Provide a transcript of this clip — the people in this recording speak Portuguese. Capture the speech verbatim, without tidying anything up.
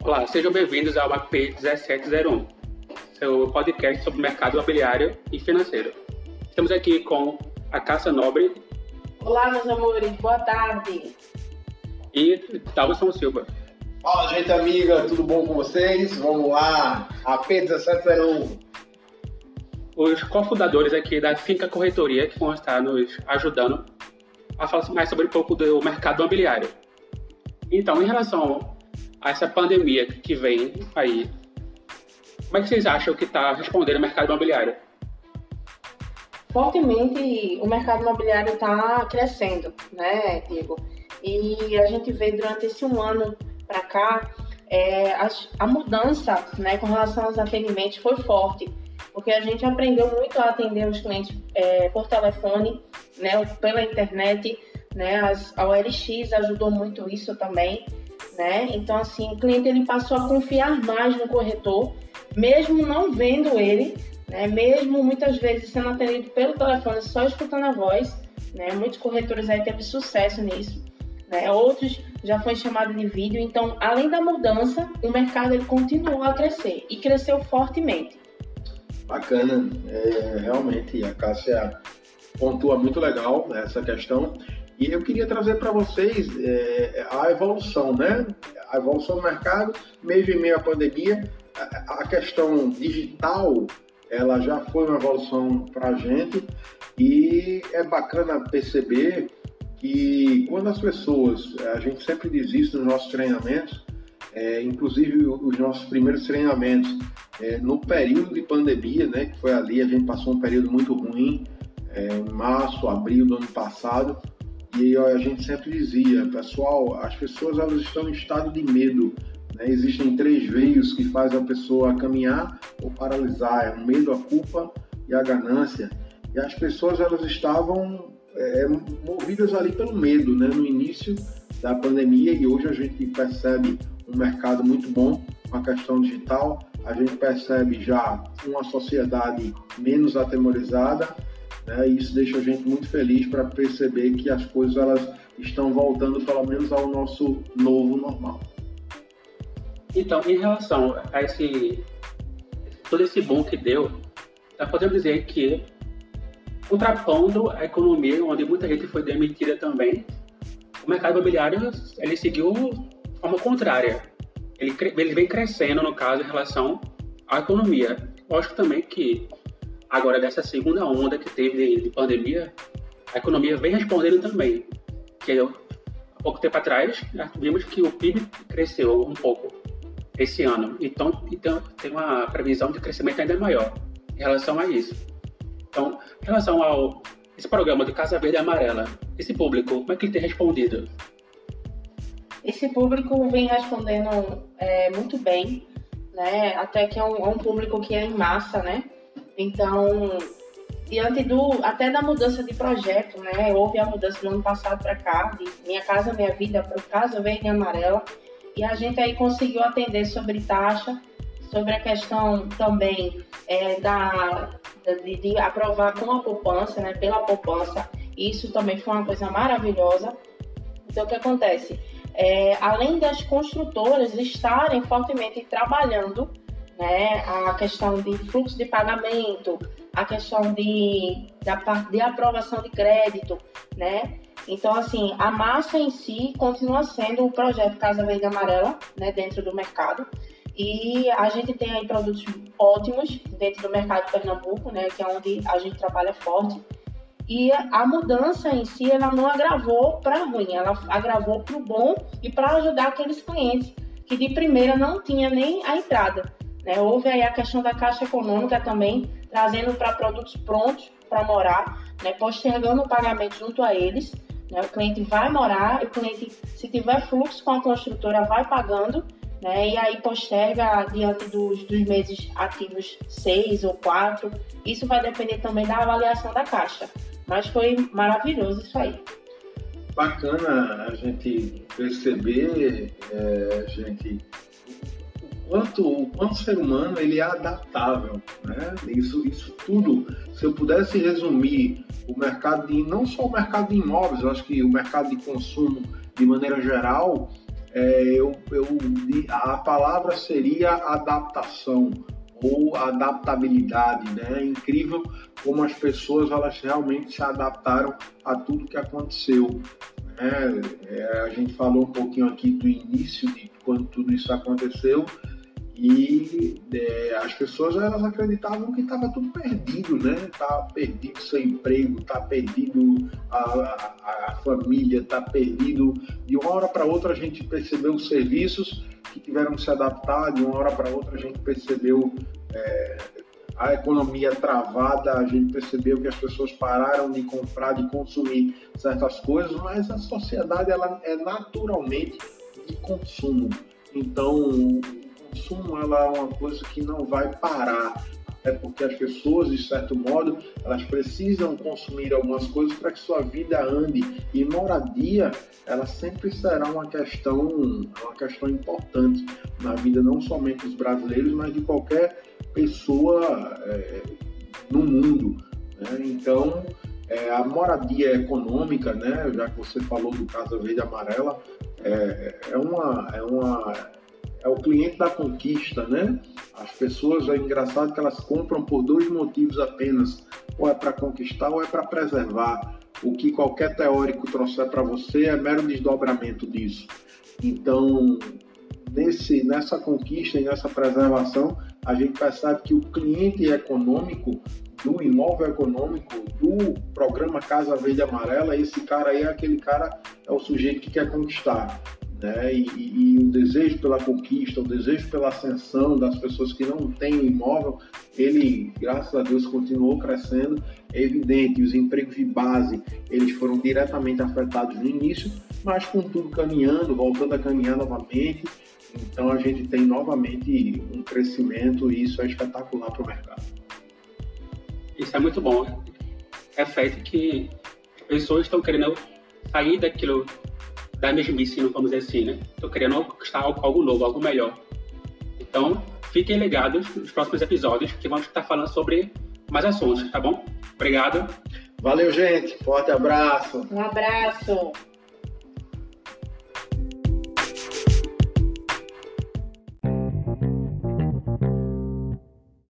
Olá, sejam bem-vindos ao A P dezessete zero um, seu podcast sobre o mercado imobiliário e financeiro. Estamos aqui com a Cássia Nobre. Olá, meus amores, boa tarde. E Dalson Silva. Fala, gente amiga, tudo bom com vocês? Vamos lá, A P dezessete zero um. Os cofundadores aqui da Finca Corretoria que vão estar nos ajudando a falar mais sobre um pouco do mercado imobiliário. Então, em relação a essa pandemia que vem aí, como é que vocês acham que está respondendo o mercado imobiliário? Fortemente, o mercado imobiliário está crescendo, né, Diego? E a gente vê durante esse um ano para cá, é, a, a mudança, né, com relação aos atendimentos foi forte, porque a gente aprendeu muito a atender os clientes é, por telefone, né, pela internet, né, as, a O L X ajudou muito isso também, né? Então, assim, o cliente ele passou a confiar mais no corretor, mesmo não vendo ele, né, mesmo muitas vezes sendo atendido pelo telefone, só escutando a voz, né? Muitos corretores aí teve sucesso nisso, né? Outros já foi chamado de vídeo. Então, além da mudança, o mercado ele continuou a crescer e cresceu fortemente. Bacana, é, realmente a Cássia pontua muito legal essa questão. E eu queria trazer para vocês é, a evolução, né? A evolução do mercado, mesmo em meio à pandemia. A, a questão digital, ela já foi uma evolução para a gente e é bacana perceber que quando as pessoas, a gente sempre diz isso nos nossos treinamentos, é, inclusive os nossos primeiros treinamentos, é, no período de pandemia, né, que foi ali, a gente passou um período muito ruim, é, em março, abril do ano passado, e a gente sempre dizia, pessoal, as pessoas elas estão em estado de medo, né? Existem três veios que fazem a pessoa caminhar ou paralisar, é o medo, a culpa e a ganância. E as pessoas elas estavam é, movidas ali pelo medo, né? No início da pandemia, e hoje a gente percebe um mercado muito bom com a questão digital, a gente percebe já uma sociedade menos atemorizada, né? E isso deixa a gente muito feliz para perceber que as coisas elas estão voltando pelo menos ao nosso novo normal. Então, em relação a esse todo esse boom que deu, nós podemos dizer que, contrapondo a economia, onde muita gente foi demitida também, o mercado imobiliário ele seguiu de forma contrária. Ele, ele vem crescendo, no caso, em relação à economia. Lógico também que, agora, dessa segunda onda que teve de, de pandemia, a economia vem respondendo também. Que eu, há pouco tempo atrás, vimos que o P I B cresceu um pouco esse ano. Então, então, tem uma previsão de crescimento ainda maior em relação a isso. Então, em relação ao esse programa do Casa Verde e Amarela, esse público, como é que ele tem respondido? Esse público vem respondendo é, muito bem, né? Até que é um, é um público que é em massa, né? Então, diante do, até da mudança de projeto, né? Houve a mudança do ano passado para cá, de Minha Casa Minha Vida para o Casa Verde e Amarela, e a gente aí conseguiu atender sobre taxa, sobre a questão também é, da, de, de aprovar com a poupança, né? Pela poupança. Isso também foi uma coisa maravilhosa. Então, o que acontece? É, além das construtoras estarem fortemente trabalhando, né, a questão de fluxo de pagamento, a questão de, da, de aprovação de crédito, né? Então, assim, a massa em si continua sendo o projeto Casa Verde e Amarela, né, dentro do mercado. E a gente tem aí produtos ótimos dentro do mercado de Pernambuco, né, que é onde a gente trabalha forte. E a mudança em si, ela não agravou para ruim, ela agravou para o bom e para ajudar aqueles clientes que de primeira não tinha nem a entrada, né? Houve aí a questão da Caixa Econômica também, trazendo para produtos prontos para morar, né? Postergando o pagamento junto a eles, né? O cliente vai morar, o cliente, se tiver fluxo com a construtora, vai pagando, né? E aí posterga diante dos, dos meses ativos seis ou quatro. Isso vai depender também da avaliação da Caixa. Mas foi maravilhoso isso aí. Bacana a gente perceber, é, gente, o quanto, o quanto o ser humano ele é adaptável, né? Isso, isso tudo, se eu pudesse resumir o mercado de, não só o mercado de imóveis, eu acho que o mercado de consumo de maneira geral, é, eu, eu, a palavra seria adaptação ou adaptabilidade, né? É incrível como as pessoas elas realmente se adaptaram a tudo que aconteceu. Né? É, a gente falou um pouquinho aqui do início de quando tudo isso aconteceu e é, as pessoas elas acreditavam que estava tudo perdido, né? Tá perdido seu emprego, tá perdido a, a, a família, tá perdido. De uma hora para outra a gente percebeu os serviços que tiveram que se adaptar, de uma hora para outra a gente percebeu é, a economia travada, a gente percebeu que as pessoas pararam de comprar, de consumir certas coisas, mas a sociedade ela é naturalmente de consumo. Então, o consumo ela é uma coisa que não vai parar, até porque as pessoas, de certo modo, elas precisam consumir algumas coisas para que sua vida ande. E moradia, ela sempre será uma questão, uma questão importante na vida não somente dos brasileiros, mas de qualquer pessoa é, no mundo. Né? Então, é, a moradia econômica, né, já que você falou do Casa Verde e Amarela, é, é, uma, é, uma, é o cliente da conquista, né? As pessoas, é engraçado que elas compram por dois motivos apenas, ou é para conquistar ou é para preservar. O que qualquer teórico trouxer para você é mero desdobramento disso. Então, nesse, nessa conquista e nessa preservação, a gente percebe que o cliente econômico, do imóvel econômico, do programa Casa Verde e Amarela, esse cara aí é aquele cara, é o sujeito que quer conquistar. Né? E, e, e o desejo pela conquista, o desejo pela ascensão das pessoas que não têm imóvel, ele, graças a Deus, continuou crescendo. É evidente, os empregos de base, eles foram diretamente afetados no início, mas com tudo caminhando, voltando a caminhar novamente, então a gente tem novamente um crescimento e isso é espetacular para o mercado. Isso é muito bom. Reflete que as pessoas estão querendo sair daquilo, da mesmice, vamos dizer assim, né? Estão querendo conquistar algo novo, algo melhor. Então, fiquem ligados nos próximos episódios, que vamos estar falando sobre mais assuntos, tá bom? Obrigado. Valeu, gente. Forte abraço. Um abraço.